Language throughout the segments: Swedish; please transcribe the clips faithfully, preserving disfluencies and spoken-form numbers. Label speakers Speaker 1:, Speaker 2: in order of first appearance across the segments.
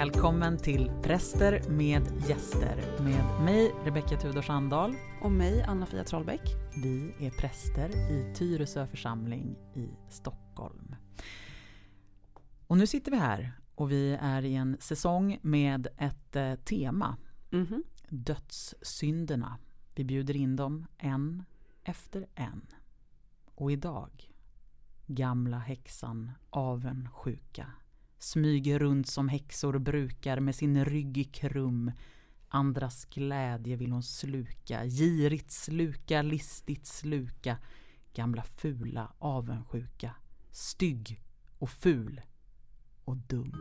Speaker 1: Välkommen till Präster med gäster med mig Rebecka Tudor Sandahl
Speaker 2: och mig Anna-Fia Trollbäck.
Speaker 1: Vi är präster i Tyresö församling i Stockholm. Och nu sitter vi här och vi är i en säsong med ett eh, tema.
Speaker 2: Mm-hmm.
Speaker 1: Dödssynderna. Vi bjuder in dem en efter en. Och idag, gamla häxan avundsjuka, smyger runt som häxor brukar med sin rygg i krum. Andras glädje vill hon sluka, girigt sluka, listigt sluka. Gamla fula avundsjuka, stygg och ful och dum.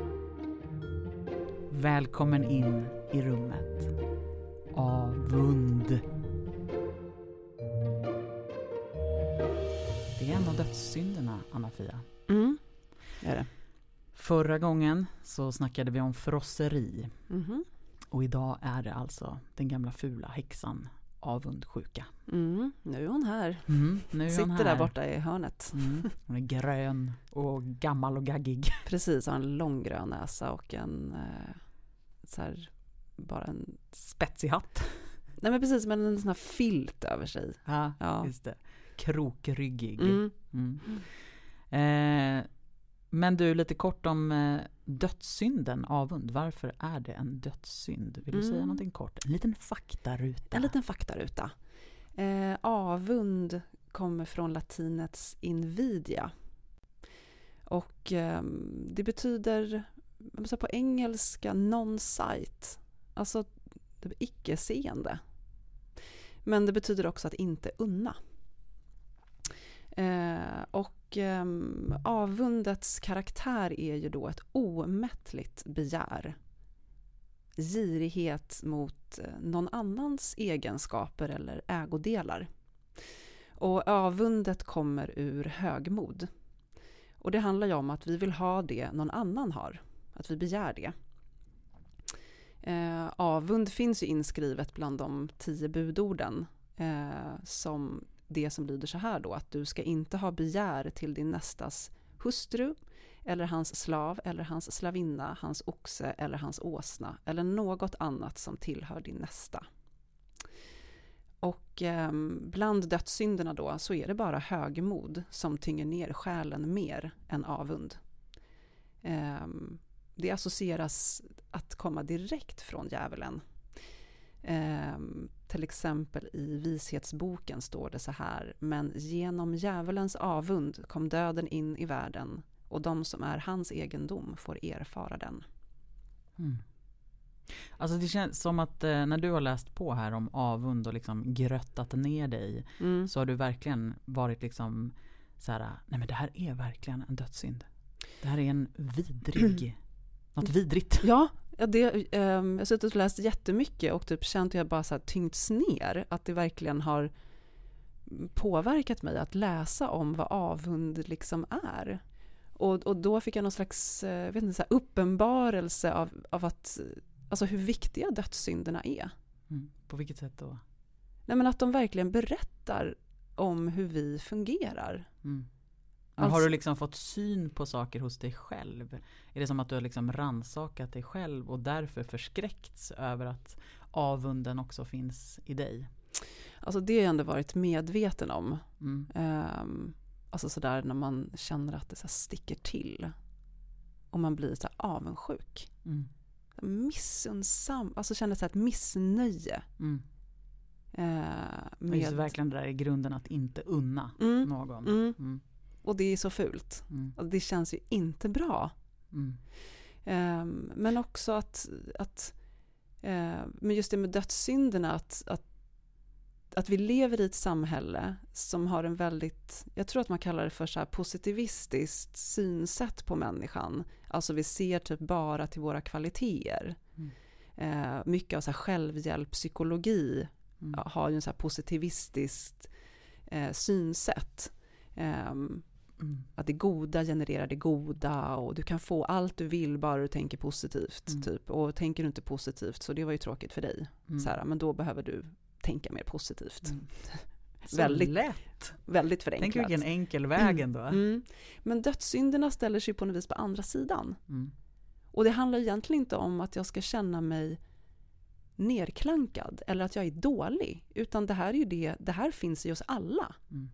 Speaker 1: Välkommen in i rummet. Avund. Det är en av dödssynderna, Anna-Fia.
Speaker 2: Mm, det är det.
Speaker 1: Förra gången så snackade vi om frosseri.
Speaker 2: Mm-hmm.
Speaker 1: Och idag är det alltså den gamla fula häxan avundsjuka.
Speaker 2: Mm, nu är hon här.
Speaker 1: Mm, nu är
Speaker 2: Sitter
Speaker 1: hon här.
Speaker 2: där borta i hörnet.
Speaker 1: Mm, hon är grön och gammal och gaggig.
Speaker 2: Precis, har en lång grön näsa och en eh, så här, bara en
Speaker 1: spetsig hatt.
Speaker 2: Nej men precis, men en sån här filt över sig.
Speaker 1: Ja,
Speaker 2: ja.
Speaker 1: Just det. Krokryggig.
Speaker 2: Mm.
Speaker 1: Mm. Eh, men du, lite kort om eh, dödssynden avund. Varför är det en dödssynd? Vill du
Speaker 2: mm.
Speaker 1: säga någonting kort? En liten faktaruta.
Speaker 2: En liten faktaruta. Eh, avund kommer från latinets invidia. Och eh, det betyder så på engelska non-sight. Alltså icke-seende. Men det betyder också att inte unna. Eh, och eh, avundets karaktär är ju då ett omättligt begär. Girighet mot någon annans egenskaper eller ägodelar. Och avundet kommer ur högmod. Och det handlar ju om att vi vill ha det någon annan har. Att vi begär det. Eh, avund finns ju inskrivet bland de tio budorden. Eh, som det som lyder så här då. Att du ska inte ha begär till din nästas hustru. Eller hans slav, eller hans slavinna, hans oxe eller hans åsna. Eller något annat som tillhör din nästa. Och eh, bland dödssynderna då så är det bara högmod som tynger ner själen mer än avund. Eh, det associeras att komma direkt från djävulen. Eh, till exempel i Vishetsboken står det så här. Men genom djävulens avund kom döden in i världen. Och de som är hans egendom får erfara den.
Speaker 1: Mm. Alltså det känns som att eh, när du har läst på här om avund och liksom gröttat ner dig. Mm. Så har du verkligen varit liksom så här, nej men det här är verkligen en dödssynd. Det här är en vidrig, något vidrigt.
Speaker 2: Ja, det, eh, jag har suttit och läst jättemycket och typ känt att jag bara så här tyngts ner. Att det verkligen har påverkat mig att läsa om vad avund liksom är. Och, och då fick jag någon slags vet inte, så här uppenbarelse av, av att, alltså hur viktiga dödssynderna är.
Speaker 1: Mm. På vilket sätt då?
Speaker 2: Nej, men att de verkligen berättar om hur vi fungerar.
Speaker 1: Mm. Men alltså, har du liksom fått syn på saker hos dig själv? Är det som att du har liksom rannsakat dig själv och därför förskräckts över att avunden också finns i dig?
Speaker 2: Alltså det har jag ändå varit medveten om.
Speaker 1: Mm.
Speaker 2: Um, Alltså sådär när man känner att det så här sticker till. Och man blir så här avundsjuk.
Speaker 1: Mm.
Speaker 2: Missundsam. Alltså känner så här ett missnöje.
Speaker 1: Mm.
Speaker 2: Eh, med...
Speaker 1: Det är verkligen det där i grunden att inte unna
Speaker 2: mm.
Speaker 1: någon.
Speaker 2: Mm.
Speaker 1: Mm.
Speaker 2: Och det är så fult.
Speaker 1: Mm.
Speaker 2: Alltså det känns ju inte bra.
Speaker 1: Mm.
Speaker 2: Eh, men också att... att eh, men just det med dödssynderna. Att... att Att vi lever i ett samhälle som har en väldigt, jag tror att man kallar det för så här positivistiskt synsätt på människan. Alltså vi ser typ bara till våra kvaliteter. Mm. Eh, mycket av så här självhjälp, psykologi mm. ja, har ju en så här positivistiskt eh, synsätt. Eh, mm. Att det goda genererar det goda och du kan få allt du vill bara du tänker positivt. Mm. Typ. Och tänker du inte positivt så det var ju tråkigt för dig. Mm. Så här, men då behöver du tänka mer positivt. Mm. väldigt
Speaker 1: lätt.
Speaker 2: Väldigt förenklat.
Speaker 1: Tänk vilken enkel väg ändå.
Speaker 2: Mm. Mm. Men dödssynderna ställer sig på något vis på andra sidan.
Speaker 1: Mm.
Speaker 2: Och det handlar egentligen inte om att jag ska känna mig nerklankad eller att jag är dålig, utan det här är ju det, det här finns i oss alla.
Speaker 1: Mm.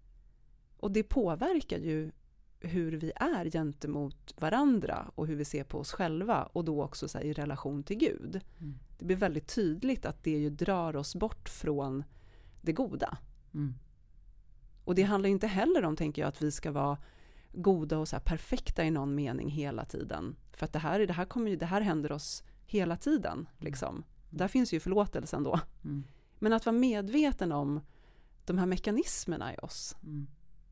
Speaker 2: Och det påverkar ju hur vi är gentemot varandra och hur vi ser på oss själva, och då också så här, i relation till Gud.
Speaker 1: Mm.
Speaker 2: Det blir väldigt tydligt att det ju drar oss bort från det goda.
Speaker 1: Mm.
Speaker 2: Och det handlar ju inte heller om, tänker jag, att vi ska vara goda och så här perfekta i någon mening hela tiden. För att det här, det här, kommer ju, det här händer oss hela tiden. Liksom. Mm. Där finns ju förlåtelsen då.
Speaker 1: Mm.
Speaker 2: Men att vara medveten om de här mekanismerna i oss.
Speaker 1: Mm.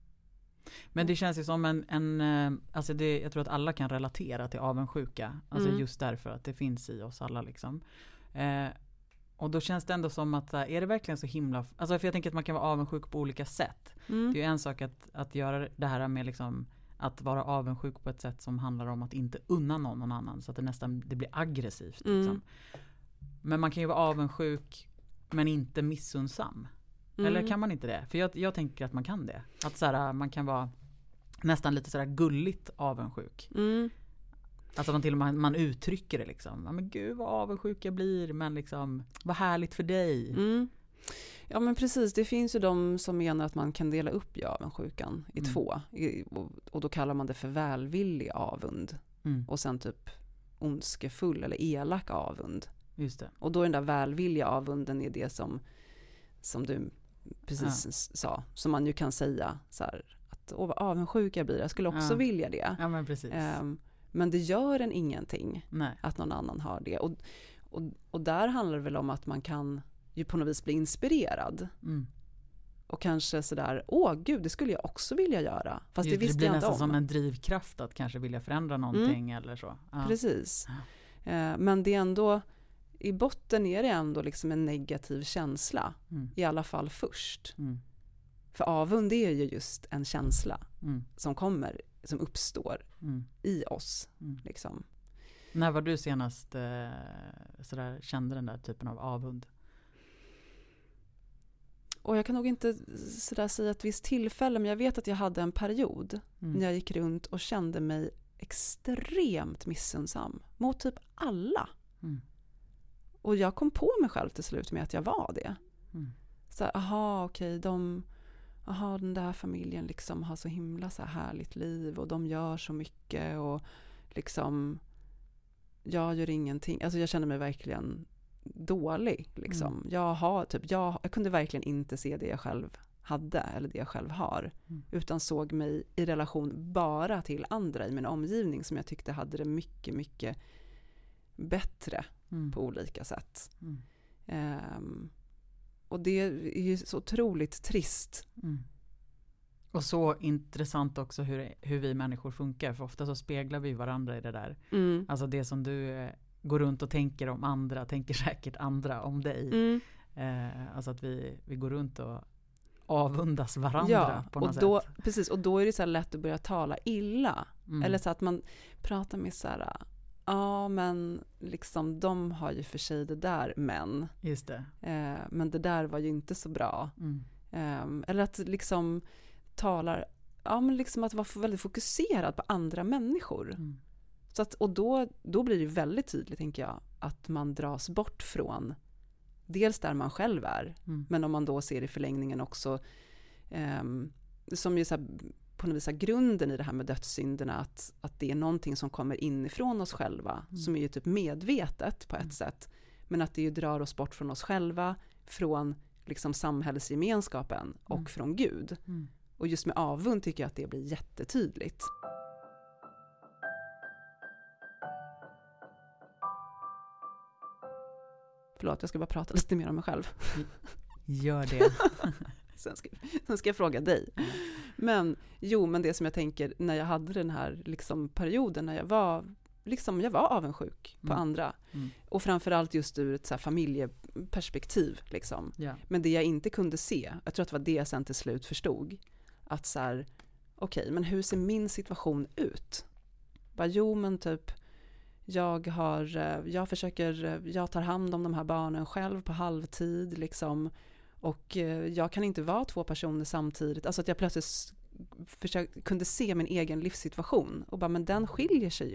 Speaker 1: Men det känns ju som en, en alltså det, jag tror att alla kan relatera till avundsjuka. Alltså mm. just därför att det finns i oss alla liksom. Eh, och då känns det ändå som att, är det verkligen så himla, alltså för jag tänker att man kan vara avundsjuk på olika sätt. Mm. Det är ju en sak att, att göra det här med liksom, att vara avundsjuk på ett sätt som handlar om att inte unna någon, någon annan. Så att det nästan det blir aggressivt. Mm. Liksom. Men man kan ju vara avundsjuk men inte missunnsam. Mm. Eller kan man inte det? För jag, jag tänker att man kan det. Att så här, man kan vara nästan lite sådär gulligt avundsjuk. Mm. Alltså man till och med man uttrycker det liksom. Ja, men gud vad avundsjuk jag blir, men liksom vad härligt för dig.
Speaker 2: Mm. Ja men precis, det finns ju de som menar att man kan dela upp i avundsjukan i mm. två. I, och, och då kallar man det för välvillig avund. Mm. Och sen typ ondskefull eller elak avund.
Speaker 1: Just det.
Speaker 2: Och då är den där välvilliga avunden är det som, som du precis ja. sa. Som man ju kan säga så här, att åh, vad avundsjuk jag blir. Jag skulle också
Speaker 1: ja.
Speaker 2: vilja det.
Speaker 1: Ja, men precis.
Speaker 2: Um, men det gör en ingenting.
Speaker 1: Nej.
Speaker 2: Att någon annan har det. Och, och, och där handlar det väl om att man kan ju på något vis bli inspirerad. Mm. Och kanske sådär, åh gud, det skulle jag också vilja göra. Fast
Speaker 1: Just,
Speaker 2: det visste
Speaker 1: det blir
Speaker 2: jag inte
Speaker 1: nästan
Speaker 2: om.
Speaker 1: Som en drivkraft att kanske vilja förändra någonting mm. eller så. Ja.
Speaker 2: Precis. Ja. Uh, men det är ändå, i botten är det ändå liksom en negativ känsla. Mm. I alla fall först. Mm. För avund är ju just en känsla mm. som kommer, som uppstår mm. i oss. Mm. Liksom.
Speaker 1: När var du senast eh, sådär, kände den där typen av avund?
Speaker 2: Och jag kan nog inte sådär säga ett visst tillfälle, men jag vet att jag hade en period mm. när jag gick runt och kände mig extremt missunnsam mot typ alla. Mm. Och jag kom på mig själv till slut med att jag var det. Mm. Så aha, okej, de, aha, den där familjen liksom har så himla så här härligt liv och de gör så mycket och liksom jag gör ingenting. Alltså jag kände mig verkligen dålig liksom. Mm. Jag har typ jag, jag kunde verkligen inte se det jag själv hade eller det jag själv har, mm. utan såg mig i relation bara till andra i min omgivning som jag tyckte hade det mycket mycket bättre mm. på olika sätt. Mm. Um, och det är ju så otroligt trist.
Speaker 1: Mm. Och så intressant också hur, hur vi människor funkar. För ofta så speglar vi varandra i det där. Mm. Alltså det som du eh, går runt och tänker om andra, tänker säkert andra om dig. Mm. Eh, alltså att vi, vi går runt och avundas varandra
Speaker 2: ja,
Speaker 1: på något
Speaker 2: och då,
Speaker 1: sätt.
Speaker 2: Precis, och då är det så här lätt att börja tala illa.
Speaker 1: Mm.
Speaker 2: Eller så att man pratar med så här, ja men liksom de har ju för sig det där, men
Speaker 1: just det.
Speaker 2: Eh, men det där var ju inte så bra. Mm. Eh, eller att liksom talar, ja men liksom att vara väldigt fokuserad på andra människor. Mm. Så att, och då, då blir det väldigt tydligt, tänker jag, att man dras bort från dels där man själv är, mm. men om man då ser i förlängningen också eh, som ju så här, på något vis grunden i det här med dödssynderna, att, att det är någonting som kommer inifrån oss själva, mm. som är ju typ medvetet på ett mm. sätt, men att det ju drar oss bort från oss själva, från liksom samhällsgemenskapen och mm. från Gud. Mm. Och just med avund tycker jag att det blir jättetydligt. Förlåt, jag ska bara prata lite mer om mig själv.
Speaker 1: Gör det.
Speaker 2: sen, ska, sen ska jag fråga dig. Mm. Men jo, men det som jag tänker när jag hade den här liksom, perioden när jag var, liksom, jag var avundsjuk på mm. andra. Mm. Och framförallt just ur ett så här, familjeperspektiv. Liksom. Yeah. Men det jag inte kunde se, jag tror att det var det jag sen till slut förstod. Att så här, okej, okay, men hur ser min situation ut? Bara, jo, men typ jag har, jag försöker, jag tar hand om de här barnen själv på halvtid liksom. Och jag kan inte vara två personer samtidigt. Alltså att jag plötsligt försökte, kunde se min egen livssituation. Och bara, men den skiljer sig ju.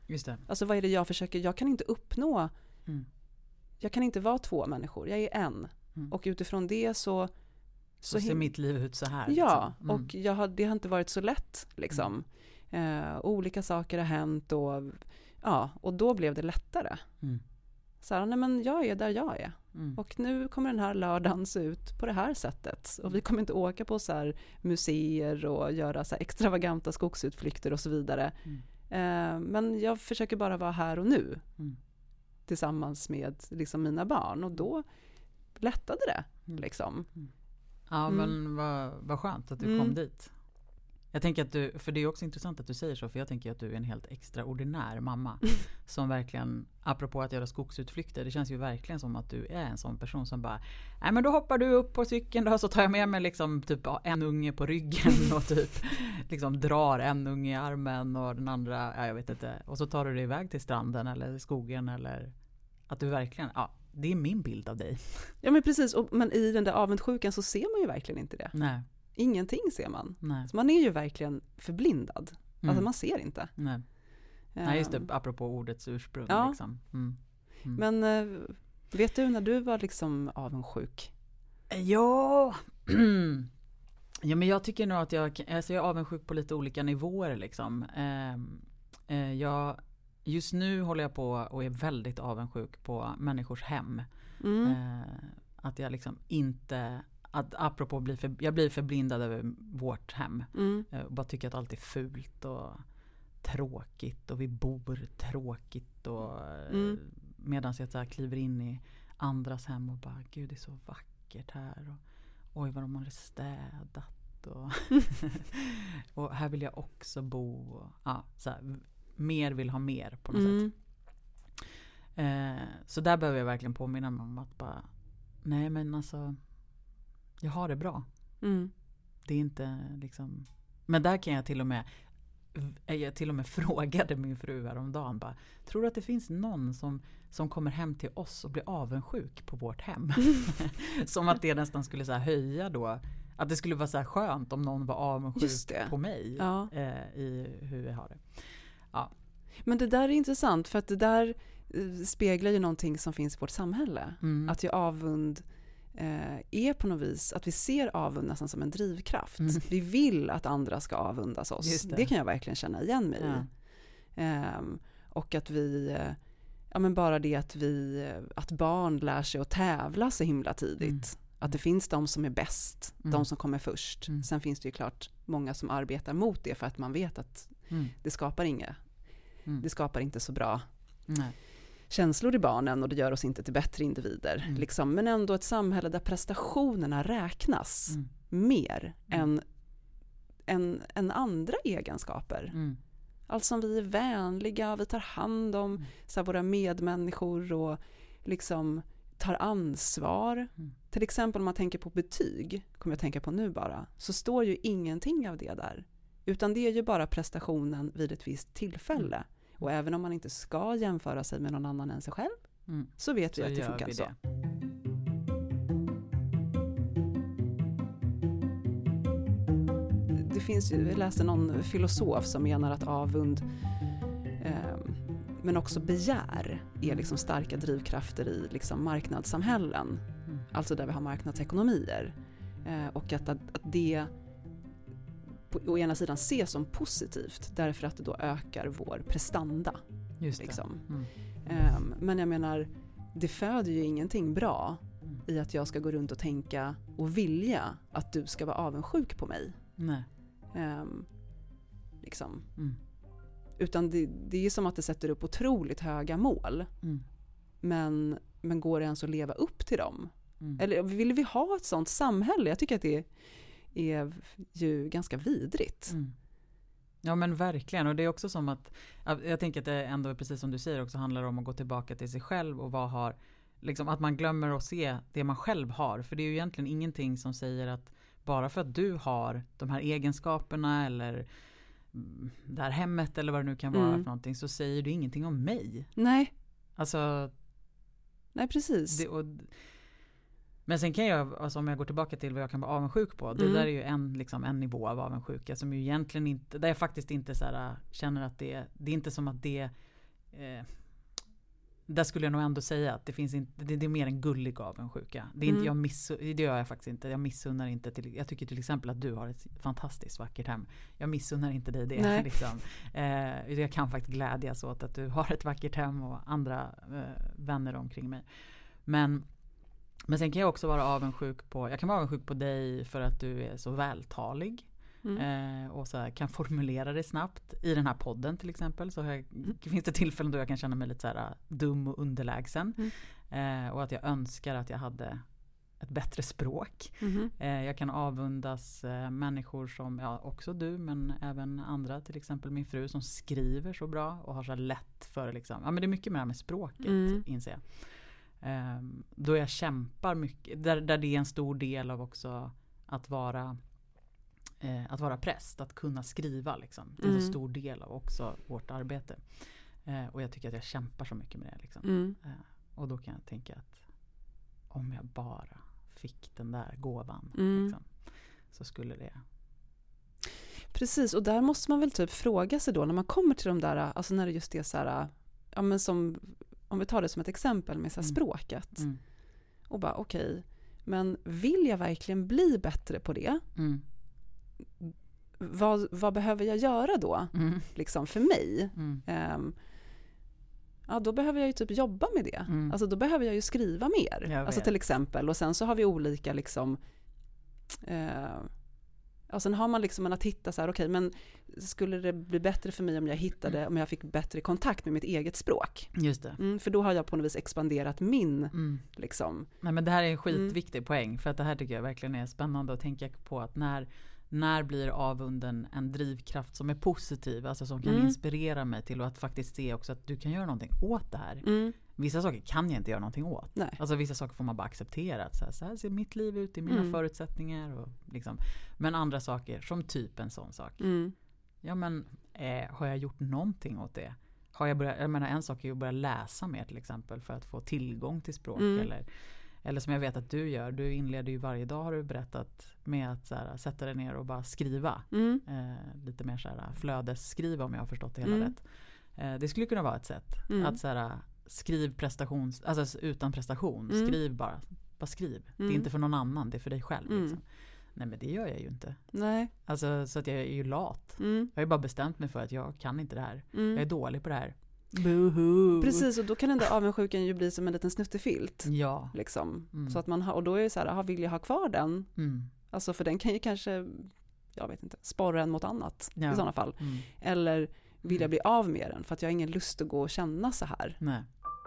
Speaker 1: Just det.
Speaker 2: Alltså vad är det jag försöker, jag kan inte uppnå,
Speaker 1: Mm.
Speaker 2: jag kan inte vara två människor, jag är en.
Speaker 1: Mm.
Speaker 2: Och utifrån det så...
Speaker 1: Så, så ser mitt liv ut så här.
Speaker 2: Ja,
Speaker 1: liksom. mm.
Speaker 2: och jag har, det har inte varit så lätt liksom. Mm. Eh, olika saker har hänt och, ja, och då blev det lättare.
Speaker 1: Mm.
Speaker 2: Så här, nej men jag är där jag är.
Speaker 1: Mm.
Speaker 2: Och nu kommer den här lördagen se ut på det här sättet. Och vi kommer inte åka på så här museer och göra så här extravaganta skogsutflykter och så vidare.
Speaker 1: Mm.
Speaker 2: Eh, men jag försöker bara vara här och nu.
Speaker 1: Mm.
Speaker 2: Tillsammans med liksom mina barn. Och då lättade det.
Speaker 1: Mm.
Speaker 2: Liksom.
Speaker 1: Mm. Ja,
Speaker 2: Mm.
Speaker 1: men vad, vad skönt att du
Speaker 2: Mm.
Speaker 1: kom dit. Jag tänker att du, för det är också intressant att du säger så, för jag tänker att du är en helt extraordinär mamma. Som verkligen, apropå att göra skogsutflykter, det känns ju verkligen som att du är en sån person som bara, nej men då hoppar du upp på cykeln då, så tar jag med mig liksom typ en unge på ryggen och typ liksom drar en unge i armen och den andra, ja jag vet inte, och så tar du dig iväg till stranden eller skogen, eller att du verkligen, ja det är min bild av dig.
Speaker 2: Ja men precis, och, men i den där avundsjukan så ser man ju verkligen inte det.
Speaker 1: Nej.
Speaker 2: Ingenting ser man.
Speaker 1: Nej.
Speaker 2: Så man är ju verkligen förblindad.
Speaker 1: Mm.
Speaker 2: Alltså man ser inte.
Speaker 1: Nej. Nej, just det, apropå ordets ursprung.
Speaker 2: Ja.
Speaker 1: Liksom. Mm. Mm.
Speaker 2: Men eh, vet du när du var liksom avundsjuk?
Speaker 1: Ja, ja men jag tycker nog att jag, alltså jag är avundsjuk på lite olika nivåer. Liksom. Eh, eh, jag, just nu håller jag på och är väldigt avundsjuk på människors hem.
Speaker 2: Mm.
Speaker 1: Eh, att jag liksom inte... Att apropå bli för, jag blir förblindad över vårt hem.
Speaker 2: Mm.
Speaker 1: Och bara tycker att allt är fult och tråkigt och vi bor tråkigt och
Speaker 2: Mm.
Speaker 1: medan jag så här kliver in i andras hem och bara, gud det är så vackert här och oj vad de har städat och, och här vill jag också bo och, ja, så här, mer vill ha mer på något
Speaker 2: Mm.
Speaker 1: sätt. Eh, så där behöver jag verkligen påminna mig om att bara, nej men alltså jag har det bra.
Speaker 2: Mm.
Speaker 1: Det är inte liksom... Men där kan jag till och med... Jag till och med frågade min fru häromdagen bara, tror du att det finns någon som, som kommer hem till oss och blir avundsjuk på vårt hem? Som att det nästan skulle så här höja då. Att det skulle vara så här skönt om någon var avundsjuk på mig
Speaker 2: ja.
Speaker 1: eh, i hur vi har det. Ja.
Speaker 2: Men det där är intressant för att det där eh, speglar ju någonting som finns i vårt samhälle.
Speaker 1: Mm.
Speaker 2: Att ju avund eh, är på något vis att vi ser avund nästan som en drivkraft.
Speaker 1: Mm.
Speaker 2: Vi vill att andra ska avundas oss.
Speaker 1: Det.
Speaker 2: det kan jag verkligen känna igen mig
Speaker 1: Ja.
Speaker 2: i. Eh, och att vi, eh, ja men bara det att vi, att barn lär sig att tävla så himla tidigt.
Speaker 1: Mm.
Speaker 2: Att det finns de som är bäst,
Speaker 1: Mm.
Speaker 2: de som kommer först.
Speaker 1: Mm.
Speaker 2: Sen finns det ju klart många som arbetar mot det för att man vet att
Speaker 1: Mm.
Speaker 2: det skapar inga,
Speaker 1: Mm.
Speaker 2: det skapar inte så bra
Speaker 1: Nej.
Speaker 2: känslor i barnen och det gör oss inte till bättre individer.
Speaker 1: Mm.
Speaker 2: Liksom. Men ändå ett samhälle där prestationerna räknas
Speaker 1: Mm.
Speaker 2: mer
Speaker 1: Mm.
Speaker 2: än, än, än andra egenskaper.
Speaker 1: Mm.
Speaker 2: Alltså om vi är vänliga, vi tar hand om
Speaker 1: Mm.
Speaker 2: så här, våra medmänniskor och liksom tar ansvar.
Speaker 1: Mm.
Speaker 2: Till exempel om man tänker på betyg, kommer jag att tänka på nu bara, så står ju ingenting av det där. Utan det är ju bara prestationen vid ett visst tillfälle.
Speaker 1: Mm.
Speaker 2: Och även om man inte ska jämföra sig med någon annan än sig själv,
Speaker 1: Mm.
Speaker 2: så vet
Speaker 1: Så
Speaker 2: vi att det
Speaker 1: gör
Speaker 2: funkar
Speaker 1: vi
Speaker 2: så.
Speaker 1: det.
Speaker 2: Det finns ju, jag läste någon filosof som menar att avund eh, men också begär är liksom starka drivkrafter i liksom marknadssamhällen.
Speaker 1: Mm.
Speaker 2: Alltså där vi har marknadsekonomier. Eh, och att, att, att det på, å ena sidan ses som positivt därför att det då ökar vår prestanda.
Speaker 1: Just det.
Speaker 2: Liksom.
Speaker 1: Mm.
Speaker 2: Eh, men jag menar, det föder ju ingenting bra
Speaker 1: Mm.
Speaker 2: i att jag ska gå runt och tänka och vilja att du ska vara avundsjuk på mig.
Speaker 1: Nej.
Speaker 2: Um, liksom.
Speaker 1: Mm.
Speaker 2: Utan det, det är som att det sätter upp otroligt höga mål.
Speaker 1: Mm.
Speaker 2: Men, men går det ens att leva upp till dem?
Speaker 1: Mm.
Speaker 2: Eller vill vi ha ett sånt samhälle? Jag tycker att det är ju ganska vidrigt.
Speaker 1: Mm. Ja men verkligen, och det är också som att jag tänker att det ändå precis som du säger också handlar om att gå tillbaka till sig själv och vad har liksom att man glömmer att se det man själv har, för det är ju egentligen ingenting som säger att bara för att du har de här egenskaperna eller det här hemmet eller vad det nu kan vara
Speaker 2: Mm.
Speaker 1: för någonting, så säger du ingenting om mig.
Speaker 2: Nej,
Speaker 1: Alltså
Speaker 2: nej precis.
Speaker 1: det, och, men sen kan jag, alltså om jag går tillbaka till vad jag kan vara avundsjuk på, det
Speaker 2: Mm.
Speaker 1: där är ju en, liksom, en nivå av avundsjuka som ju egentligen inte, där jag faktiskt inte så här, känner att det, det är inte som att det eh, där skulle jag nog ändå säga att det finns inte, det, det är mer en gullig avundsjuka. Det är
Speaker 2: Mm.
Speaker 1: inte, jag miss, det gör jag faktiskt inte. Jag missunnar inte till, jag tycker till exempel att du har ett fantastiskt vackert hem. Jag missunnar inte dig det. Liksom. Eh, jag kan faktiskt glädjas åt att du har ett vackert hem och andra eh, vänner omkring mig. Men, men sen kan jag också vara avundsjuk på, jag kan vara avundsjuk på dig för att du är så vältalig. Mm. Eh, och så här, kan formulera det snabbt. I den här podden till exempel så jag, mm. finns det tillfällen då jag kan känna mig lite så här dum och underlägsen. Mm. Eh, och att jag önskar att jag hade ett bättre språk. Mm. Eh, jag kan avundas eh, människor som, ja också du men även andra, till exempel min fru som skriver så bra och har så lätt för liksom, ja men det är mycket mer med språket mm. inser jag. Eh, då jag kämpar mycket, där, där det är en stor del av också att vara Eh, att vara präst, att kunna skriva liksom. Det är mm. en stor del av också vårt arbete. Eh, och jag tycker att jag kämpar så mycket med det liksom. Mm. Eh, och då kan jag tänka att om jag bara fick den där gåvan mm. liksom, så skulle det.
Speaker 2: Precis, och där måste man väl typ fråga sig då när man kommer till de där, alltså när det just är så här, ja men som, om vi tar det som ett exempel med så här mm. språket. Mm. Och bara okej, okay, men vill jag verkligen bli bättre på det? Mm. Vad, vad behöver jag göra då mm. liksom för mig mm. um, ja då behöver jag ju typ jobba med det mm. alltså då behöver jag ju skriva mer alltså till exempel och sen så har vi olika liksom uh, och sen har man liksom att hitta så här okej okay, men skulle det bli bättre för mig om jag hittade mm. om jag fick bättre kontakt med mitt eget språk
Speaker 1: just det
Speaker 2: mm, för då har jag på något vis expanderat min mm. liksom.
Speaker 1: Nej men det här är en skitviktig mm. poäng för att det här tycker jag verkligen är spännande att tänka på att när När blir avunden en drivkraft som är positiv, alltså som kan mm. inspirera mig till att faktiskt se också att du kan göra någonting åt det här. Mm. Vissa saker kan jag inte göra någonting åt. Nej. Alltså vissa saker får man bara acceptera. Att så, här, så här ser mitt liv ut i mina mm. förutsättningar. Och liksom. Men andra saker, som typ en sån sak. Mm. Ja men, eh, har jag gjort någonting åt det? Har jag börjat, jag menar en sak är ju att börja läsa mer till exempel för att få tillgång till språk mm. eller... Eller som jag vet att du gör, du inleder ju varje dag har du berättat med att så här, sätta dig ner och bara skriva. Mm. Eh, lite mer så här, flödesskriva om jag har förstått det hela mm. rätt. Eh, det skulle kunna vara ett sätt. Mm. Att så här, skriv prestation, alltså utan prestation. Mm. Skriv bara, bara skriv. Mm. Det är inte för någon annan, det är för dig själv. Mm. Liksom. Nej men det gör jag ju inte.
Speaker 2: Nej.
Speaker 1: Alltså så att jag är ju lat. Mm. Jag har ju bara bestämt mig för att jag kan inte det här. Mm. Jag är dålig på det här. Boohoo.
Speaker 2: Precis, och då kan den där avundsjukan ju bli som en liten snuttefilt.
Speaker 1: Ja.
Speaker 2: Liksom. Mm. Så att man har, och då är det så här, vill jag ha kvar den? Mm. Alltså för den kan ju kanske, jag vet inte, sporra en mot annat ja. I sådana fall. Mm. Eller vill jag bli av med den för att jag har ingen lust att gå och känna så här.
Speaker 1: Nej.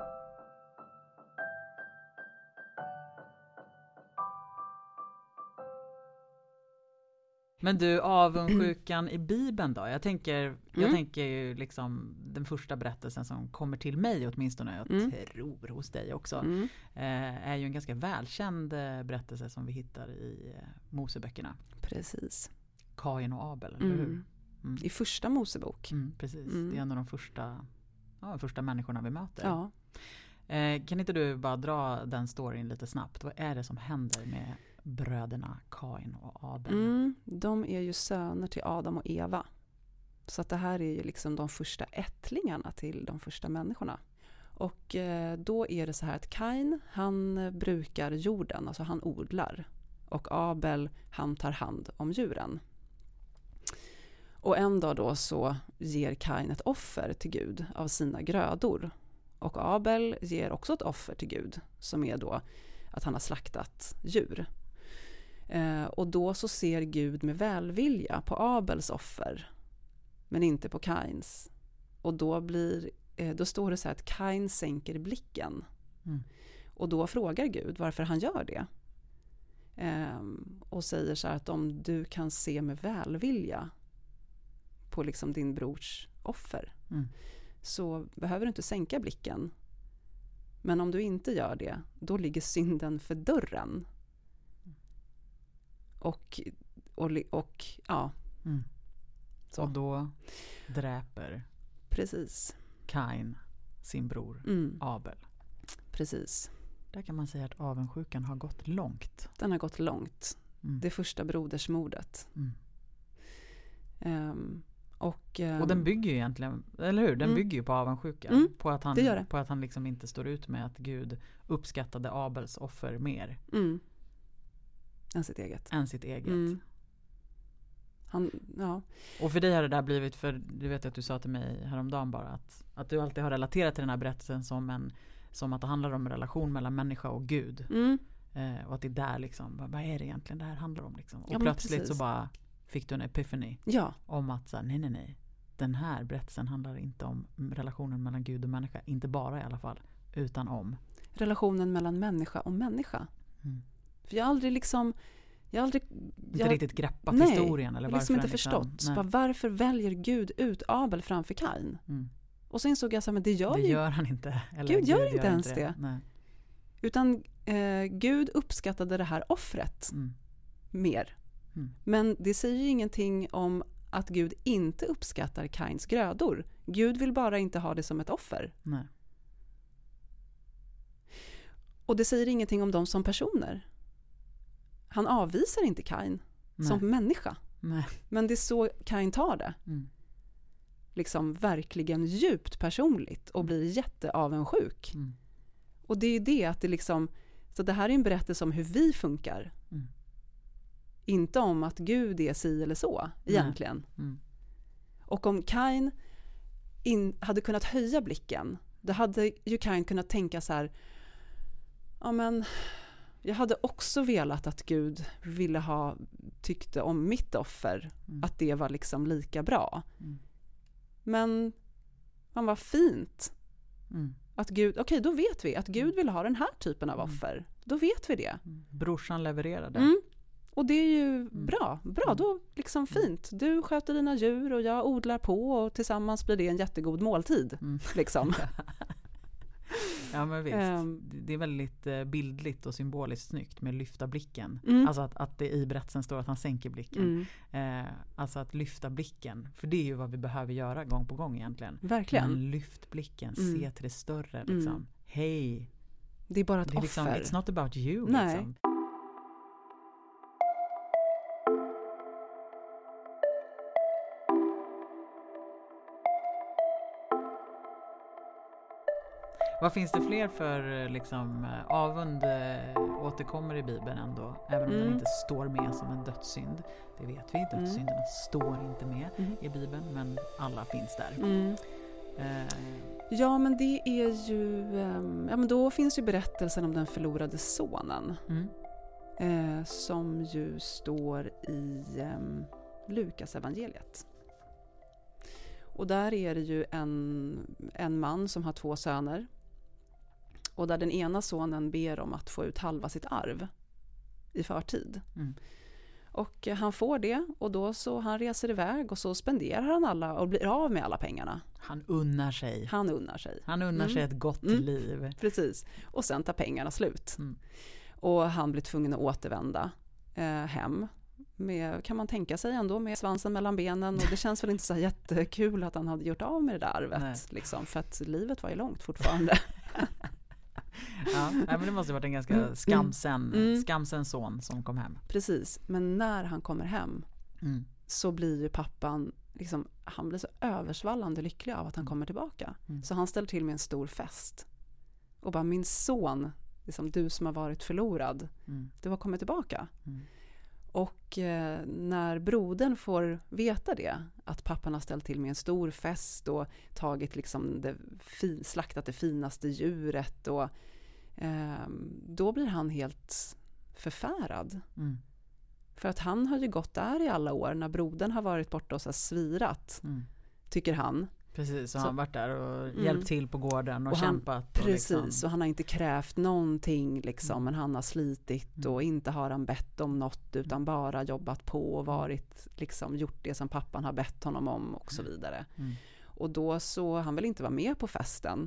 Speaker 1: Men du, avundsjukan i Bibeln då? Jag tänker, mm. jag tänker ju liksom den första berättelsen som kommer till mig åtminstone, jag mm. tror hos dig också, mm. eh, är ju en ganska välkänd berättelse som vi hittar i eh, Moseböckerna.
Speaker 2: Precis.
Speaker 1: Kain och Abel, eller
Speaker 2: mm.
Speaker 1: hur? Mm.
Speaker 2: I första Mosebok.
Speaker 1: Mm, precis, mm. det är en av de första, ja, de första människorna vi möter.
Speaker 2: Ja.
Speaker 1: Eh, kan inte du bara dra den storyn lite snabbt? Vad är det som händer med bröderna Kain och Abel?
Speaker 2: Mm, de är ju söner till Adam och Eva. Så att det här är ju liksom de första ättlingarna till de första människorna. Och eh, då är det så här att Kain, han brukar jorden, alltså han odlar. Och Abel, han tar hand om djuren. Och en dag då så ger Kain ett offer till Gud av sina grödor. Och Abel ger också ett offer till Gud som är då att han har slaktat djur. Eh, och då så ser Gud med välvilja på Abels offer men inte på Kains. Och då, blir, eh, då står det så här att Kain sänker blicken. Mm. Och då frågar Gud varför han gör det. Eh, och säger så här att om du kan se med välvilja på liksom din brors offer mm. så behöver du inte sänka blicken. Men om du inte gör det, då ligger synden för dörren. Och, och, och ja.
Speaker 1: Mm. Så. Och då dräper
Speaker 2: Precis.
Speaker 1: Kain sin bror mm. Abel.
Speaker 2: Precis.
Speaker 1: Där kan man säga att avundsjukan har gått långt.
Speaker 2: Den har gått långt. Mm. Det första brodersmordet. Mm. Um, Och,
Speaker 1: och den bygger ju egentligen, eller hur? Den
Speaker 2: mm.
Speaker 1: bygger ju på avundsjuka.
Speaker 2: Mm,
Speaker 1: på, att han,
Speaker 2: det gör det.
Speaker 1: på att han liksom inte står ut med att Gud uppskattade Abels offer mer.
Speaker 2: Mm. Än sitt eget.
Speaker 1: Än sitt eget.
Speaker 2: Mm. Han, ja.
Speaker 1: Och för dig har det där blivit, för du vet att du sa till mig häromdagen bara att, att du alltid har relaterat till den här berättelsen som, en, som att det handlar om en relation mellan människa och Gud.
Speaker 2: Mm.
Speaker 1: Eh, och att det är där liksom, vad är det egentligen det här handlar om liksom? Och
Speaker 2: Ja,
Speaker 1: plötsligt
Speaker 2: precis.
Speaker 1: så bara fick du en epiphany
Speaker 2: Ja.
Speaker 1: om att så här, nej nej nej, den här berättelsen handlar inte om relationen mellan Gud och människa, inte bara i alla fall, utan om
Speaker 2: Relationen mellan människa och människa.
Speaker 1: mm.
Speaker 2: För jag har aldrig liksom jag har aldrig
Speaker 1: inte
Speaker 2: jag,
Speaker 1: riktigt greppat
Speaker 2: nej,
Speaker 1: historien eller
Speaker 2: jag har liksom
Speaker 1: varför
Speaker 2: inte
Speaker 1: den
Speaker 2: förstått.
Speaker 1: liksom,
Speaker 2: Bara, varför väljer Gud ut Abel framför Kain?
Speaker 1: mm.
Speaker 2: Och så insåg jag så här, men det gör
Speaker 1: det
Speaker 2: ju
Speaker 1: gör han inte. Eller
Speaker 2: Gud gör inte ens det.
Speaker 1: Nej.
Speaker 2: Utan eh, Gud uppskattade det här offret
Speaker 1: Mm.
Speaker 2: mer.
Speaker 1: Mm.
Speaker 2: Men det säger ju ingenting om att Gud inte uppskattar Kains grödor. Gud vill bara inte ha det som ett offer.
Speaker 1: Nej.
Speaker 2: Och det säger ingenting om dem som personer. Han avvisar inte Kain
Speaker 1: Nej.
Speaker 2: som människa.
Speaker 1: Nej.
Speaker 2: Men det är så Kain tar det.
Speaker 1: Mm.
Speaker 2: Liksom verkligen djupt personligt och blir jätteavundsjuk.
Speaker 1: Mm.
Speaker 2: Och det är ju det att det liksom, så det här är en berättelse om hur vi funkar.
Speaker 1: Mm.
Speaker 2: Inte om att Gud är si eller så egentligen.
Speaker 1: Mm.
Speaker 2: Och om Kain in, hade kunnat höja blicken, då hade ju Kain kunnat tänka så här, ja men jag hade också velat att Gud ville ha, tyckte om mitt offer,
Speaker 1: Mm.
Speaker 2: att det var liksom lika bra.
Speaker 1: Mm.
Speaker 2: Men man var fint
Speaker 1: Mm.
Speaker 2: att Gud, okej då vet vi att Gud vill ha den här typen av
Speaker 1: Mm.
Speaker 2: offer. Då vet vi det.
Speaker 1: Mm. Brorsan levererade.
Speaker 2: Mm. Och det är ju
Speaker 1: Mm.
Speaker 2: bra. Bra,
Speaker 1: Mm.
Speaker 2: då liksom fint. Du sköter dina djur och jag odlar på och tillsammans blir det en jättegod måltid.
Speaker 1: Mm.
Speaker 2: Liksom.
Speaker 1: Ja men visst.
Speaker 2: Um,
Speaker 1: det är väldigt eh, bildligt och symboliskt snyggt med lyfta blicken.
Speaker 2: Mm.
Speaker 1: Alltså att, att det i berättelsen står att han sänker blicken.
Speaker 2: Mm.
Speaker 1: Eh, alltså att lyfta blicken. För det är ju vad vi behöver göra gång på gång egentligen.
Speaker 2: Verkligen.
Speaker 1: Men lyft blicken,
Speaker 2: Mm.
Speaker 1: se till det större liksom.
Speaker 2: Mm.
Speaker 1: Hej,
Speaker 2: Det är bara ett
Speaker 1: det är liksom,
Speaker 2: offer.
Speaker 1: it's not about you
Speaker 2: Nej.
Speaker 1: liksom. Vad finns det fler för liksom, avund äh, återkommer i Bibeln ändå, även om
Speaker 2: Mm.
Speaker 1: den inte står med som en dödssynd. Det vet vi, dödssynderna
Speaker 2: Mm.
Speaker 1: står inte med
Speaker 2: Mm.
Speaker 1: i Bibeln, men alla finns där.
Speaker 2: Mm.
Speaker 1: Eh,
Speaker 2: Ja, men det är ju... Um, ja, men då finns ju berättelsen om den förlorade sonen.
Speaker 1: mm.
Speaker 2: Eh, som ju står i um, Lukas evangeliet. Och där är det ju en, en man som har två söner. Och där den ena sonen ber om att få ut halva sitt arv i förtid.
Speaker 1: Mm.
Speaker 2: Och eh, han får det och då så han reser iväg och så spenderar han alla och blir av med alla pengarna.
Speaker 1: Han unnar sig.
Speaker 2: Han unnar sig.
Speaker 1: Han unnar
Speaker 2: Mm.
Speaker 1: sig ett gott
Speaker 2: Mm.
Speaker 1: liv.
Speaker 2: Precis. Och sen tar pengarna slut.
Speaker 1: Mm.
Speaker 2: Och han blir tvungen att återvända eh, hem. Med, kan man tänka sig ändå, med svansen mellan benen. Och det känns väl inte så jättekul att han hade gjort av med det där arvet. Liksom, för att livet var ju långt fortfarande.
Speaker 1: Ja, nej, men det måste ha varit en ganska
Speaker 2: Mm.
Speaker 1: skamsen,
Speaker 2: Mm.
Speaker 1: skamsen son som kom hem.
Speaker 2: Precis. Men när han kommer hem
Speaker 1: Mm.
Speaker 2: så blir ju pappan, liksom, han blir så översvallande lycklig av att han kommer tillbaka.
Speaker 1: Mm.
Speaker 2: Så han ställer till med en stor fest. Och bara, min son, liksom, du som har varit förlorad,
Speaker 1: Mm.
Speaker 2: du har kommit tillbaka.
Speaker 1: Mm.
Speaker 2: Och eh, när brodern får veta det, att pappan har ställt till med en stor fest och tagit liksom det fi- slaktat det finaste djuret, och eh, då blir han helt förfärad.
Speaker 1: Mm.
Speaker 2: För att han har ju gått där i alla år när brodern har varit borta och så här svirat,
Speaker 1: Mm.
Speaker 2: tycker han.
Speaker 1: Precis, så,
Speaker 2: Så-
Speaker 1: han varit där och
Speaker 2: Mm.
Speaker 1: hjälpt till på gården och,
Speaker 2: Och han-
Speaker 1: kämpat. Och
Speaker 2: Precis,
Speaker 1: liksom,
Speaker 2: och han har inte krävt någonting liksom,
Speaker 1: Mm.
Speaker 2: men han har slitit
Speaker 1: Mm.
Speaker 2: och inte har han bett om något utan bara jobbat på och varit, liksom, gjort det som pappan har bett honom om och så vidare.
Speaker 1: Mm.
Speaker 2: Och då så, han vill inte vara med på festen.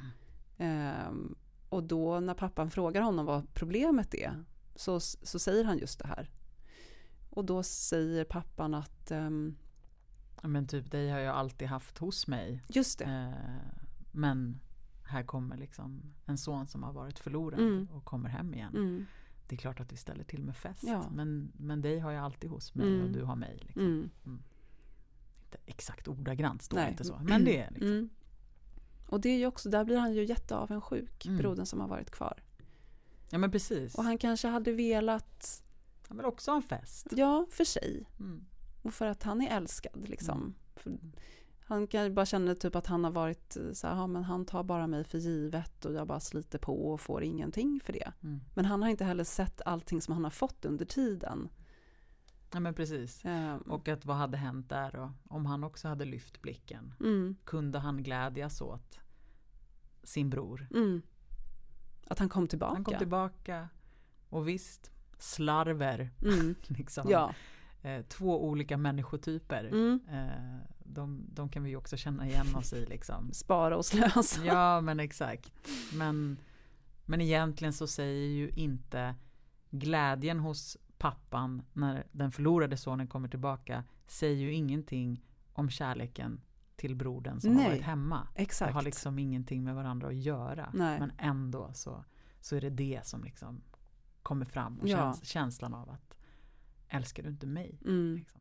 Speaker 2: Ehm, och då när pappan frågar honom vad problemet är, så, så säger han just det här. Och då säger pappan att, ehm,
Speaker 1: Ja, men typ, dig har jag alltid haft hos mig.
Speaker 2: just det,
Speaker 1: Eh, men här kommer liksom en son som har varit förlorad
Speaker 2: Mm.
Speaker 1: och kommer hem igen.
Speaker 2: mm,
Speaker 1: Det är klart att vi ställer till med fest.
Speaker 2: Ja.
Speaker 1: Men, men dig har jag alltid hos mig
Speaker 2: Mm.
Speaker 1: och du har mig. Liksom.
Speaker 2: mm,
Speaker 1: Inte exakt ordagrant står
Speaker 2: Nej.
Speaker 1: inte så. Men det är liksom.
Speaker 2: Mm. Och det är ju också, där blir han ju jätteavundsjuk,
Speaker 1: Mm.
Speaker 2: brodern som har varit kvar.
Speaker 1: Ja, men precis.
Speaker 2: Och han kanske hade velat,
Speaker 1: Han vill också ha en fest.
Speaker 2: ja, för sig.
Speaker 1: Mm.
Speaker 2: Och för att han är älskad liksom.
Speaker 1: Mm.
Speaker 2: För han kan bara känna typ att han har varit så här, ja, men han tar bara mig för givet och jag bara sliter på och får ingenting för det.
Speaker 1: Mm.
Speaker 2: Men han har inte heller sett allting som han har fått under tiden.
Speaker 1: Ja, men precis.
Speaker 2: Um,
Speaker 1: Och att vad hade hänt där och om han också hade lyft blicken.
Speaker 2: mm,
Speaker 1: Kunde han glädjas åt sin bror?
Speaker 2: mm. Att han kom tillbaka.
Speaker 1: Han kom tillbaka och visst, slarver.
Speaker 2: Mm.
Speaker 1: liksom.
Speaker 2: Ja.
Speaker 1: Eh, två olika människotyper.
Speaker 2: Mm.
Speaker 1: Eh, de, de kan vi ju också känna igen oss i. Liksom.
Speaker 2: Spara och slösa.
Speaker 1: Ja, men exakt. Men, men egentligen så säger ju inte glädjen hos pappan när den förlorade sonen kommer tillbaka säger ju ingenting om kärleken till brodern som
Speaker 2: Nej,
Speaker 1: har varit hemma.
Speaker 2: Exakt.
Speaker 1: Det har liksom ingenting med varandra att göra.
Speaker 2: Nej.
Speaker 1: Men ändå så, så är det det som liksom kommer fram. Och
Speaker 2: Ja.
Speaker 1: käns- känslan av att älskar du inte mig?
Speaker 2: Mm.
Speaker 1: Liksom.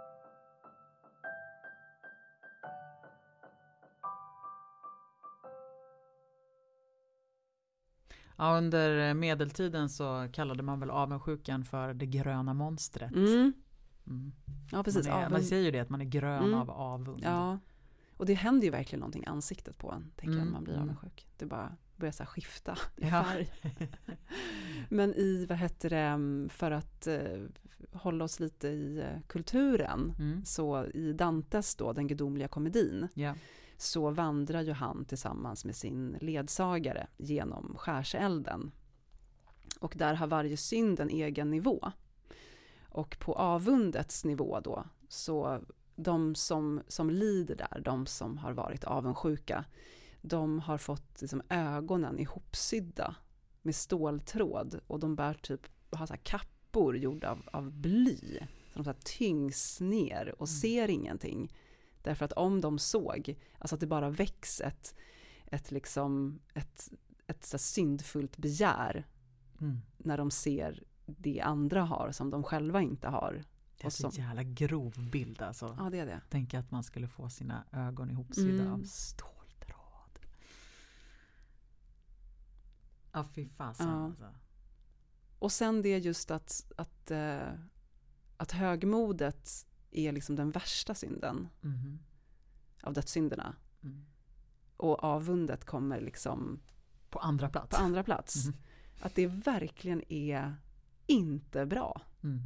Speaker 1: Ja, under medeltiden så kallade man väl avundsjukan för det gröna monstret.
Speaker 2: Mm.
Speaker 1: Mm.
Speaker 2: Ja, precis.
Speaker 1: Man, är,
Speaker 2: Avund-
Speaker 1: man säger ju det, att man är grön
Speaker 2: Mm.
Speaker 1: av avund.
Speaker 2: Ja. Och det händer ju verkligen någonting i ansiktet på en, tänker jag,
Speaker 1: Mm,
Speaker 2: när man blir
Speaker 1: mm.
Speaker 2: avundsjuk. Det bara börjar så här skifta i
Speaker 1: Ja.
Speaker 2: färg. Men i, vad heter det, för att eh, hålla oss lite i eh, kulturen,
Speaker 1: Mm.
Speaker 2: så i Dantes då, den gudomliga komedin,
Speaker 1: Ja.
Speaker 2: så vandrar ju han tillsammans med sin ledsagare genom skärselden. Och där har varje synd en egen nivå. Och på avundets nivå då, så de som, som lider där, de som har varit avundsjuka, de har fått liksom ögonen ihopsydda med ståltråd och de bär typ, har så här kappor gjorda av, av bly. Så de så här tyngs ner och
Speaker 1: Mm.
Speaker 2: ser ingenting. Därför att om de såg, alltså att det bara väcks ett, ett, liksom, ett, ett så här syndfullt begär
Speaker 1: Mm.
Speaker 2: när de ser det andra har som de själva inte har.
Speaker 1: Det är
Speaker 2: Och
Speaker 1: så
Speaker 2: som-
Speaker 1: jävla grov bild alltså.
Speaker 2: Ja, det är det.
Speaker 1: Tänk att man skulle få sina ögon ihopsydda
Speaker 2: Mm.
Speaker 1: av ståltråd. Ja, fy fasen
Speaker 2: Ja.
Speaker 1: alltså.
Speaker 2: Och sen det just att, att, eh, att högmodet är liksom den värsta synden
Speaker 1: Mhm.
Speaker 2: av dödssynderna.
Speaker 1: Mm.
Speaker 2: Och avundet kommer liksom
Speaker 1: På andra plats.
Speaker 2: på andra plats.
Speaker 1: Mhm.
Speaker 2: Att det verkligen är inte bra.
Speaker 1: Mm.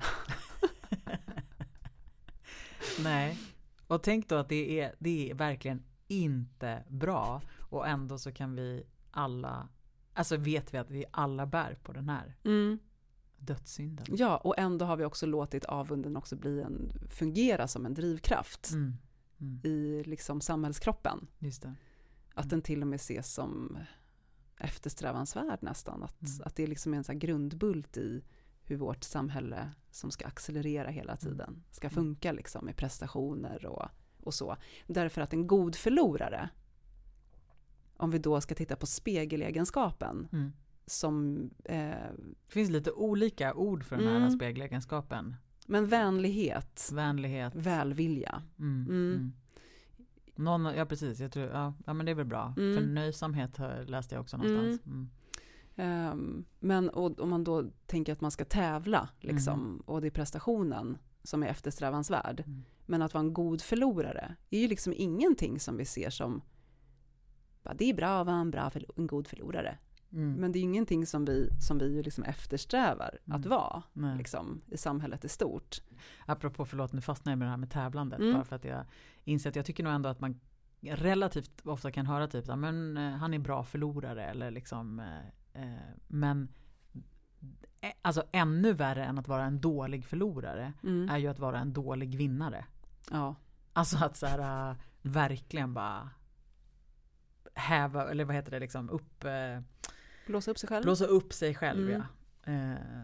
Speaker 1: Nej. Och tänk då att det är, det är verkligen inte bra. Och ändå så kan vi alla, alltså vet vi att vi alla bär på den här
Speaker 2: Mm.
Speaker 1: dödssynden.
Speaker 2: Ja, och ändå har vi också låtit avunden också bli en, fungera som en drivkraft
Speaker 1: Mm. Mm.
Speaker 2: i liksom samhällskroppen.
Speaker 1: Just det.
Speaker 2: Att
Speaker 1: Mm.
Speaker 2: den till och med ses som eftersträvansvärd nästan. Att,
Speaker 1: Mm.
Speaker 2: att det är liksom en så här grundbult i hur vårt samhälle som ska accelerera hela tiden ska funka liksom med prestationer och, och så. Därför att en god förlorare, om vi då ska titta på spegelegenskapen,
Speaker 1: Mm.
Speaker 2: som, eh,
Speaker 1: Det finns lite olika ord för den här
Speaker 2: Mm.
Speaker 1: spegelegenskapen.
Speaker 2: men vänlighet,
Speaker 1: Vänlighet.
Speaker 2: välvilja.
Speaker 1: Mm.
Speaker 2: Mm.
Speaker 1: Mm. Någon, ja, precis. Jag tror, ja, ja, men det är väl bra.
Speaker 2: Mm.
Speaker 1: Förnöjsamhet har- läste jag också någonstans. Mm.
Speaker 2: Um, men och, om man då tänker att man ska tävla liksom, och det är prestationen som är eftersträvansvärd.
Speaker 1: Mm.
Speaker 2: Men att vara en god förlorare är ju liksom ingenting som vi ser som bara, det är bra att vara en, bra förlo- en god förlorare.
Speaker 1: Mm.
Speaker 2: Men det är ingenting som vi, som vi ju liksom eftersträvar
Speaker 1: Mm.
Speaker 2: att vara
Speaker 1: Nej.
Speaker 2: liksom, i samhället i stort.
Speaker 1: Apropå, förlåt, nu fastnar jag med det här med tävlandet.
Speaker 2: Mm.
Speaker 1: Bara för att jag inser att jag tycker nog ändå att man relativt ofta kan höra typ, men eh, han är bra förlorare. Eller liksom, eh, eh, men eh, alltså ännu värre än att vara en dålig förlorare
Speaker 2: Mm.
Speaker 1: är ju att vara en dålig vinnare.
Speaker 2: Ja.
Speaker 1: Alltså att så här, äh, verkligen bara häva, eller vad heter det, liksom upp, eh,
Speaker 2: Blåsa upp sig själv.
Speaker 1: blåsa upp sig själv.
Speaker 2: Mm.
Speaker 1: Ja. Eh,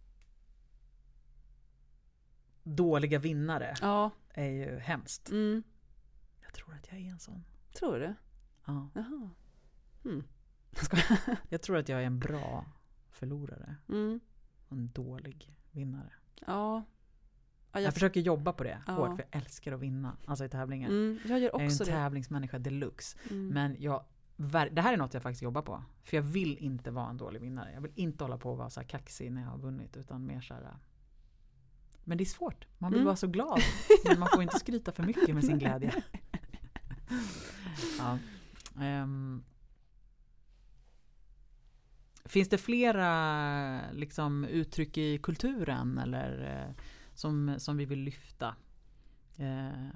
Speaker 1: dåliga vinnare
Speaker 2: Ja.
Speaker 1: är ju hemskt.
Speaker 2: Mm.
Speaker 1: Jag tror att jag är en sån.
Speaker 2: Tror du det?
Speaker 1: Ja.
Speaker 2: Jaha. Mm.
Speaker 1: Jag tror att jag är en bra förlorare
Speaker 2: Mm.
Speaker 1: och en dålig vinnare.
Speaker 2: Ja. Ja, jag,
Speaker 1: jag försöker jobba på det
Speaker 2: ja.
Speaker 1: hårt, för jag älskar att vinna. Alltså i tävlingar.
Speaker 2: Mm, jag gör också
Speaker 1: jag är en
Speaker 2: det.
Speaker 1: tävlingsmänniska deluxe.
Speaker 2: Mm.
Speaker 1: Men jag, det här är något jag faktiskt jobbar på. För jag vill inte vara en dålig vinnare. Jag vill inte hålla på och vara så här kaxig när jag har vunnit. Utan mer så här... Men det är svårt. Man vill
Speaker 2: Mm.
Speaker 1: vara så glad. Men man får inte skryta för mycket med sin glädje. Ja. Um, finns det flera liksom, uttryck i kulturen eller eh, som, som vi vill lyfta? Uh,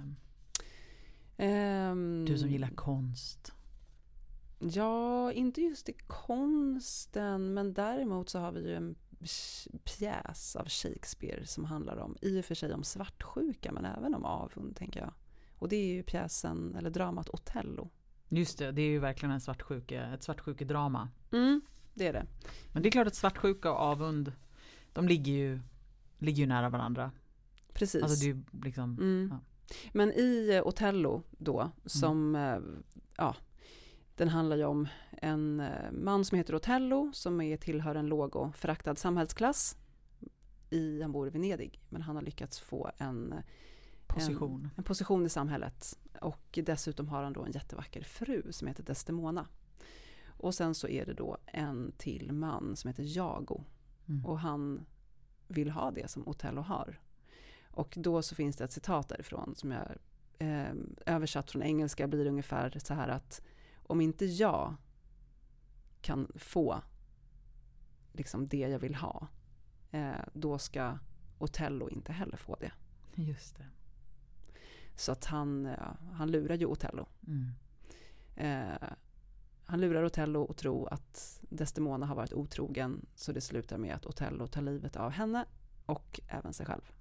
Speaker 2: um,
Speaker 1: du som gillar konst.
Speaker 2: Ja, inte just i konsten, men däremot så har vi ju en pjäs av Shakespeare som handlar om, i och för sig om svartsjuka, men även om avund, tänker jag. Och det är ju pjäsen, eller dramat Othello.
Speaker 1: Just det, det är ju verkligen en svartsjuke, ett svartsjukedrama.
Speaker 2: Mm, det är det.
Speaker 1: Men det är klart att svartsjuka och avund, de ligger ju, ligger ju nära varandra.
Speaker 2: Precis.
Speaker 1: Alltså det är ju liksom,
Speaker 2: mm.
Speaker 1: ja.
Speaker 2: Men i Othello då, som, mm. ja, den handlar ju om en man som heter Othello, som är, tillhör en låg och föraktad samhällsklass. I, han bor i Venedig, men han har lyckats få en
Speaker 1: position.
Speaker 2: En, en position i samhället. Och dessutom har han då en jättevacker fru som heter Desdemona. Och sen så är det då en till man som heter Jago. Mm. Och han vill ha det som Othello har. Och då så finns det ett citat därifrån som jag eh, översatt från engelska blir ungefär så här att om inte jag kan få liksom det jag vill ha, eh, då ska Othello inte heller få det.
Speaker 1: Just det.
Speaker 2: Så att han, ja, han lurar ju Othello.
Speaker 1: Mm.
Speaker 2: Eh, han lurar Othello och tror att Desdemona har varit otrogen, så det slutar med att Othello tar livet av henne och även sig själv.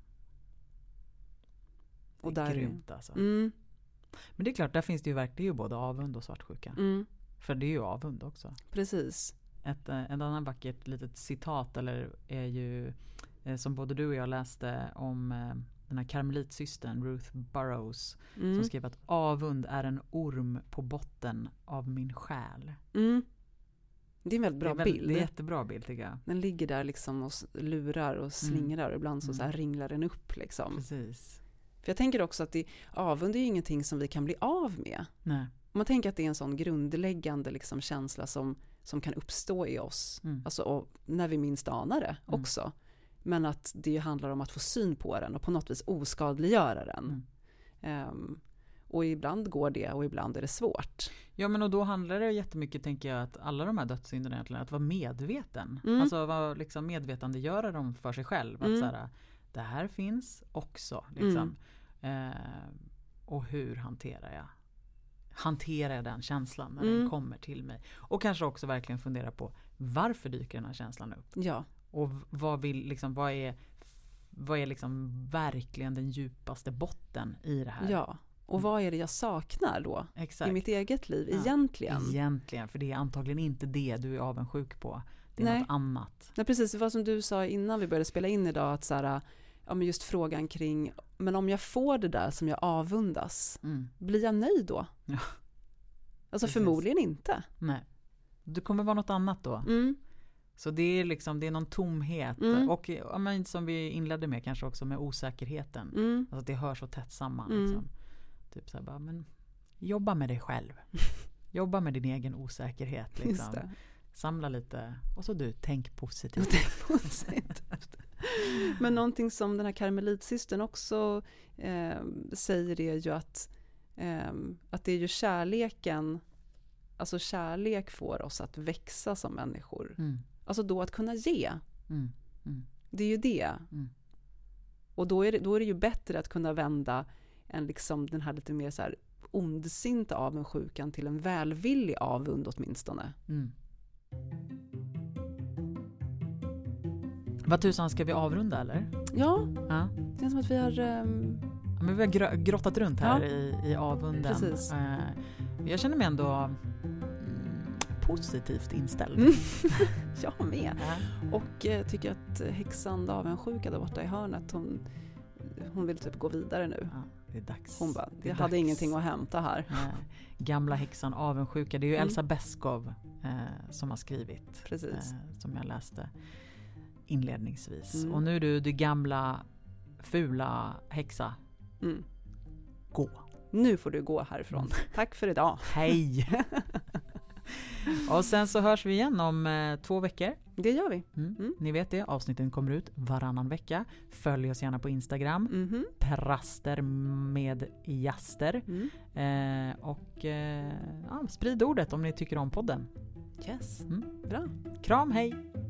Speaker 1: Och det är där, grymt alltså.
Speaker 2: Mm.
Speaker 1: Men det är klart, där finns det ju verkligen både avund och svartsjuka.
Speaker 2: Mm.
Speaker 1: För det är ju avund också.
Speaker 2: Precis.
Speaker 1: Ett, ett annat vackert litet citat eller är ju eh, som både du och jag läste om eh, den här karmelitsystern Ruth Burroughs mm. som skrev att avund är en orm på botten av min själ.
Speaker 2: Mm. Det är en väldigt bra
Speaker 1: det är
Speaker 2: bild.
Speaker 1: Det är en jättebra bild, tycker jag.
Speaker 2: Den ligger där liksom och lurar och slingrar mm. och ibland så, så här ringlar den upp liksom.
Speaker 1: Precis.
Speaker 2: För jag tänker också att det, avund är ju ingenting som vi kan bli av med.
Speaker 1: Nej.
Speaker 2: Man tänker att det är en sån grundläggande liksom känsla som, som kan uppstå i oss. Mm. Alltså, och när vi minst anar det mm. också. Men att det handlar om att få syn på den och på något vis oskadliggöra den. Mm. Um, och ibland går det och ibland är det svårt.
Speaker 1: Ja, men och då handlar det jättemycket, tänker jag, att alla de här dödssynderna egentligen, att vara medveten.
Speaker 2: Mm.
Speaker 1: Alltså vara liksom medvetandegöra dem för sig själv. Att mm. så här, det här finns också. Liksom. Mm. Eh, och hur hanterar jag? Hanterar jag den känslan när mm. den kommer till mig? Och kanske också verkligen fundera på varför dyker den här känslan upp?
Speaker 2: Ja.
Speaker 1: Och vad vill liksom, vad är vad är liksom verkligen den djupaste botten i det här?
Speaker 2: Ja. Och vad är det jag saknar då?
Speaker 1: Exakt.
Speaker 2: I mitt eget liv
Speaker 1: ja.
Speaker 2: egentligen?
Speaker 1: Egentligen, för det är antagligen inte det du är avundsjuk på. Det är
Speaker 2: Nej.
Speaker 1: något annat.
Speaker 2: Nej, precis. Det var som du sa innan vi började spela in idag, att så här, ja, men just frågan kring, men om jag får det där som jag avundas, mm. blir jag nöjd då?
Speaker 1: Ja.
Speaker 2: Alltså precis. Förmodligen inte.
Speaker 1: Nej. Det kommer vara något annat då.
Speaker 2: Mm.
Speaker 1: Så det är liksom, det är någon tomhet. Mm. Och ja, men som vi inledde med kanske också med osäkerheten. Mm. Alltså det hör så tätt samman. Mm. Liksom. Typ så här bara, men jobba med dig själv. Jobba med din egen osäkerhet. Liksom. Samla lite. Och så du, tänk positivt.
Speaker 2: Tänk positivt. Men någonting som den här karmelitsystern också eh, säger det är ju att, eh, att det är ju kärleken, alltså kärlek får oss att växa som människor. Mm. Alltså då att kunna ge. Mm. Mm. Det är ju det. Mm. Och då är det, då är det ju bättre att kunna vända än liksom den här lite mer så här ondsinta avundsjukan till en välvillig avund åtminstone. Mm.
Speaker 1: Vad tusan, ska vi avrunda eller?
Speaker 2: Ja, ja. Det känns som att vi har... Um...
Speaker 1: Ja, men vi har gr- grottat runt här ja. i, i avunden.
Speaker 2: Precis.
Speaker 1: Uh, jag känner mig ändå mm, positivt inställd.
Speaker 2: Mm. Jag med. Ja. Och uh, tycker att häxan avundsjuka där borta i hörnet, hon, hon vill typ gå vidare nu.
Speaker 1: Ja, det är dags.
Speaker 2: Hon bara, jag
Speaker 1: hade
Speaker 2: dags. ingenting att hämta här.
Speaker 1: Nej. Gamla häxan avundsjuka. Det är ju mm. Elsa Beskow eh, som har skrivit.
Speaker 2: Precis.
Speaker 1: Eh, som jag läste inledningsvis.
Speaker 2: Mm.
Speaker 1: Och nu är du det gamla fula häxa.
Speaker 2: Mm.
Speaker 1: Gå.
Speaker 2: Nu får du gå härifrån. Mm. Tack för idag.
Speaker 1: Hej! Och sen så hörs vi igen om eh, två veckor.
Speaker 2: Det gör vi.
Speaker 1: Mm.
Speaker 2: Mm.
Speaker 1: Ni vet det, avsnitten kommer ut varannan vecka. Följ oss gärna på Instagram.
Speaker 2: Mm-hmm.
Speaker 1: Praster med jaster.
Speaker 2: Mm.
Speaker 1: Eh, och eh, ja, sprid ordet om ni tycker om podden.
Speaker 2: Yes,
Speaker 1: Mm.
Speaker 2: bra.
Speaker 1: Kram, hej!